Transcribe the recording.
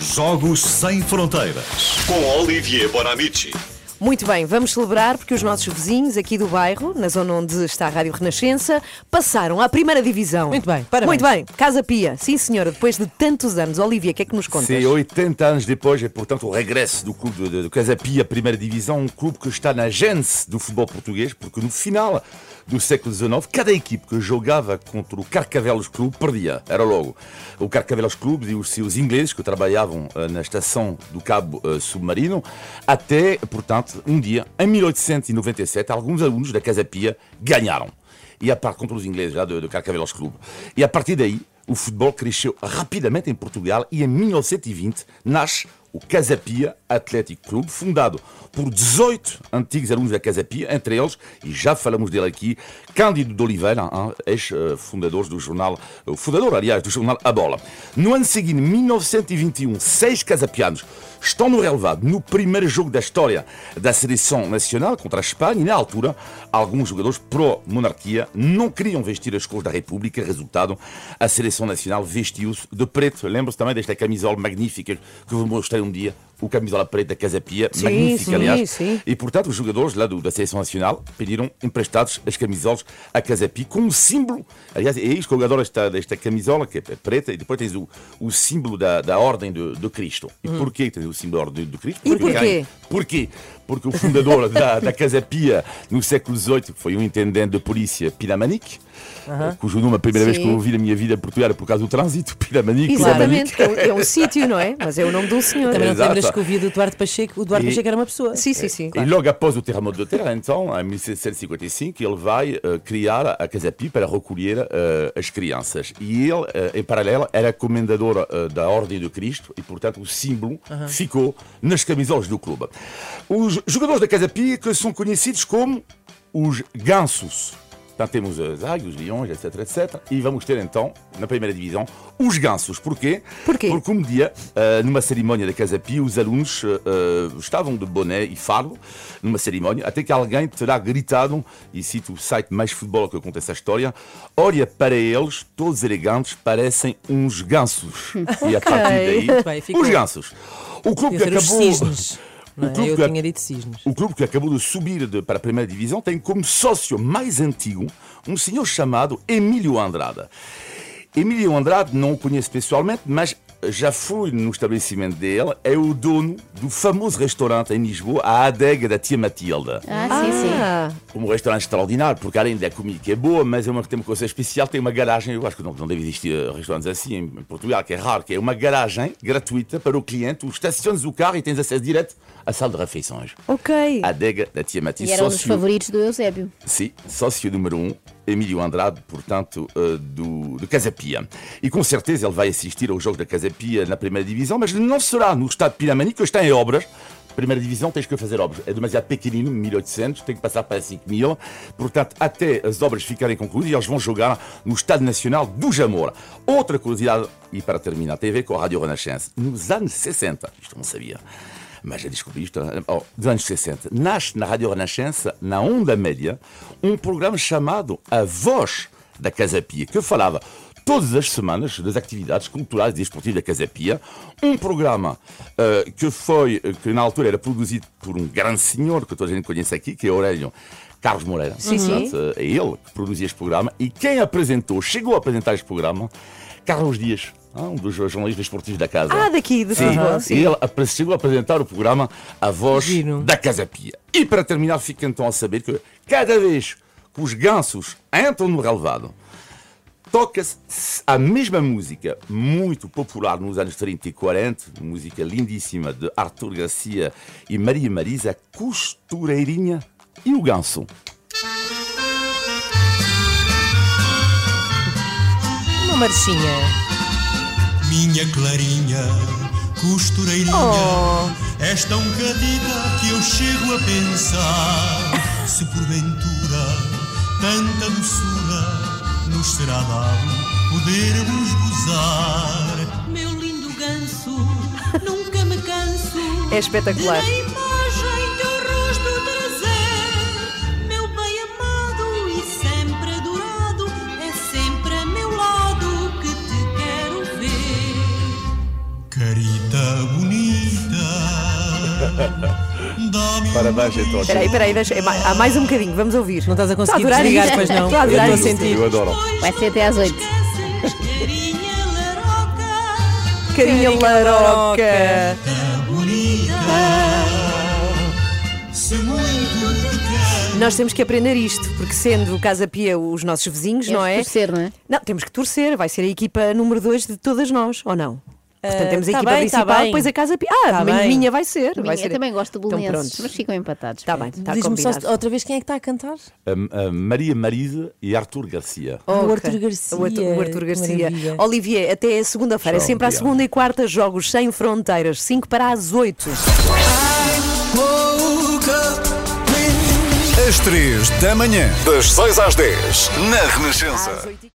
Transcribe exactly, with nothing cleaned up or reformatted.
Jogos Sem Fronteiras, com Olivier Bonamici. Muito bem, vamos celebrar porque os nossos vizinhos aqui do bairro, na zona onde está a Rádio Renascença, passaram à primeira divisão. Muito bem, parabéns. Muito bem, Casa Pia, sim senhora, depois de tantos anos. Olivia, o que é que nos contas? Sim, oitenta anos depois é, portanto, o regresso do clube de, de Casa Pia, primeira divisão, um clube que está na gênese do futebol português, porque no final do século dezenove, cada equipe que jogava contra o Carcavelos Clube perdia. Era logo o Carcavelos Clube e os seus ingleses que trabalhavam uh, na estação do Cabo uh, Submarino, até, portanto, um dia, em mil oitocentos e noventa e sete, alguns alunos da Casa Pia ganharam. E a par contra os ingleses já do, do Carcavelos Clube. E a partir daí, o futebol cresceu rapidamente em Portugal e em mil novecentos e vinte nasce o Casa Pia Atlético Clube, fundado por dezoito antigos alunos da Casa Pia, entre eles, e já falamos dele aqui, Cândido de Oliveira, ex-fundador do jornal, o fundador, aliás, do jornal A Bola. No ano seguinte, mil novecentos e vinte e um, seis casapianos estão no relevado no primeiro jogo da história da seleção nacional contra a Espanha, e na altura, alguns jogadores pró-monarquia não queriam vestir as cores da República. Resultado, a seleção nacional vestiu-se de preto. Lembro-se também desta camisola magnífica que vos mostrei um dia, o camisola preta da Casa Pia, sim, magnífica, sim, aliás. Sim. E, portanto, os jogadores lá do, da seleção nacional pediram emprestados as camisolas à Casa Pia, com um símbolo. Aliás, é isto que eu adoro, esta, desta camisola, que é preta, e depois tens o, o símbolo da, da Ordem de, de Cristo. E hum. porquê tens o símbolo da Ordem de Cristo? E porquê? Porquê? Porque o fundador da, da Casa Pia, no século dezoito, foi um intendente de polícia, Pinamanique, uh-huh. cujo nome a primeira Sim. vez que eu ouvi na minha vida em Portugal era por causa do trânsito, Pinamanique. Exatamente, que é um, é um sítio, não é? Mas é o nome de um senhor. Também não te lembras que ouvi do Duarte Pacheco, o Duarte e, Pacheco era uma pessoa. Sim, sim, sim. Claro. E logo após o terremoto de terra, então, em mil setecentos e cinquenta e cinco, ele vai uh, criar a Casa Pia para recolher uh, as crianças. E ele, uh, em paralelo, era comendador uh, da Ordem de Cristo e, portanto, o símbolo uh-huh. ficou nas camisolas do clube. Os jogadores da Casa Pia que são conhecidos como os gansos. Então temos as águias, os leões, etc, etcétera. E vamos ter então, na primeira divisão, os gansos. Porquê? Porquê? Porque um dia, uh, numa cerimónia da Casa Pia, os alunos uh, estavam de boné e fado, numa cerimónia, até que alguém terá gritado, e cito o site Mais Futebol que conta essa história: olha para eles, todos elegantes, parecem uns gansos. Okay. E a partir daí, Bem, os gansos. O clube que acabou... Não, o clube eu que, tinha dito cisnes. O clube que acabou de subir de, para a primeira divisão tem como sócio mais antigo um senhor chamado Emílio Andrade. Emílio Andrade não o conheço pessoalmente, mas já fui no estabelecimento dele. É o dono do famoso restaurante em Lisboa, a Adega da Tia Matilde. Ah, sim, sim. Um restaurante extraordinário, porque além da comida que é boa, mas é uma, tem uma coisa especial, tem uma garagem. Eu acho que não, não deve existir restaurantes assim em Portugal, que é raro, que é uma garagem gratuita para o cliente. Tu estacionas o carro e tens acesso direto à sala de refeições. Ok. Adega da Tia Matilde. E era um sócio... dos favoritos do Eusébio. Sim, sócio número um, Emílio Andrade, portanto, uh, do, do Casa Pia. E com certeza ele vai assistir aos jogos da Casa Pia na primeira divisão, mas não será no estado de Pinamanique, que está em obras. Primeira divisão tens que fazer obras. É demasiado pequenino, mil e oitocentos, tem que passar para cinco mil. Portanto, até as obras ficarem concluídas, eles vão jogar no Estádio Nacional do Jamor. Outra curiosidade, e para terminar, tem a ver com a Rádio Renascença. Nos anos sessenta, isto não sabia, mas já descobri isto, oh, dos anos sessenta, nasce na Rádio Renascença, na Onda Média, um programa chamado A Voz da Casa Pia, que falava todas as semanas das atividades culturais e desportivas da Casa Pia. Um programa uh, que foi, que na altura era produzido por um grande senhor que toda a gente conhece aqui, que é Aurélio Carlos Moreira. Sim, sim. Portanto, é ele que produzia este programa, e quem apresentou, chegou a apresentar este programa, Carlos Dias, um dos jornalistas esportivos da casa. Ah, daqui, de sim, futebol. sim. Ele chegou a apresentar o programa A Voz Giro. da Casa Pia. E para terminar, fica então a saber que cada vez que os gansos entram no relevado, toca-se a mesma música, muito popular nos anos trinta e quarenta, música lindíssima de Arthur Garcia e Maria Marisa, Costureirinha e o Ganso. Uma marchinha. Minha Clarinha, costureirinha, Oh. és tão catita que eu chego a pensar se porventura tanta doçura nos será dado podermos gozar. Meu lindo ganso, nunca me canso É espetacular. de na imagem teu rosto trazer. Meu bem amado e sempre adorado, é sempre a meu lado que te quero ver. Carita Parabéns, então. Espera aí, espera aí, deixa... há mais um bocadinho, vamos ouvir. Não estás a conseguir Estou a adorar desligar, isto. pois não? Estou a Eu adorar estou a isto. sentir. Eu adoro. Vai ser até às oito. Carinha laroca, Carinha laroca. Se muito te quero. Nós temos que aprender isto, porque sendo Casa Pia os nossos vizinhos, não é? Torcer, não é? Não, temos que torcer, vai ser a equipa número dois de todas nós, ou não? Portanto, temos a tá equipa bem, tá principal, bem. depois a Casa Pia. Ah, Tá minha, bem. minha vai ser. vai Minha, ser. eu também gosto de Então, bolenses, pronto. mas ficam empatados. Está bem, está Diz-me só combinado. outra vez quem é que está a cantar? A, a Maria Marisa e Arthur Garcia. O Ok. Arthur Garcia. O Arthur, o Arthur Que Garcia. maravilha. Olivier, até segunda-feira. Tchau, Sempre à Diana. segunda e quarta, jogos sem fronteiras. cinco para as oito. Às três da manhã, das seis às dez, na Renascença. Às oito e-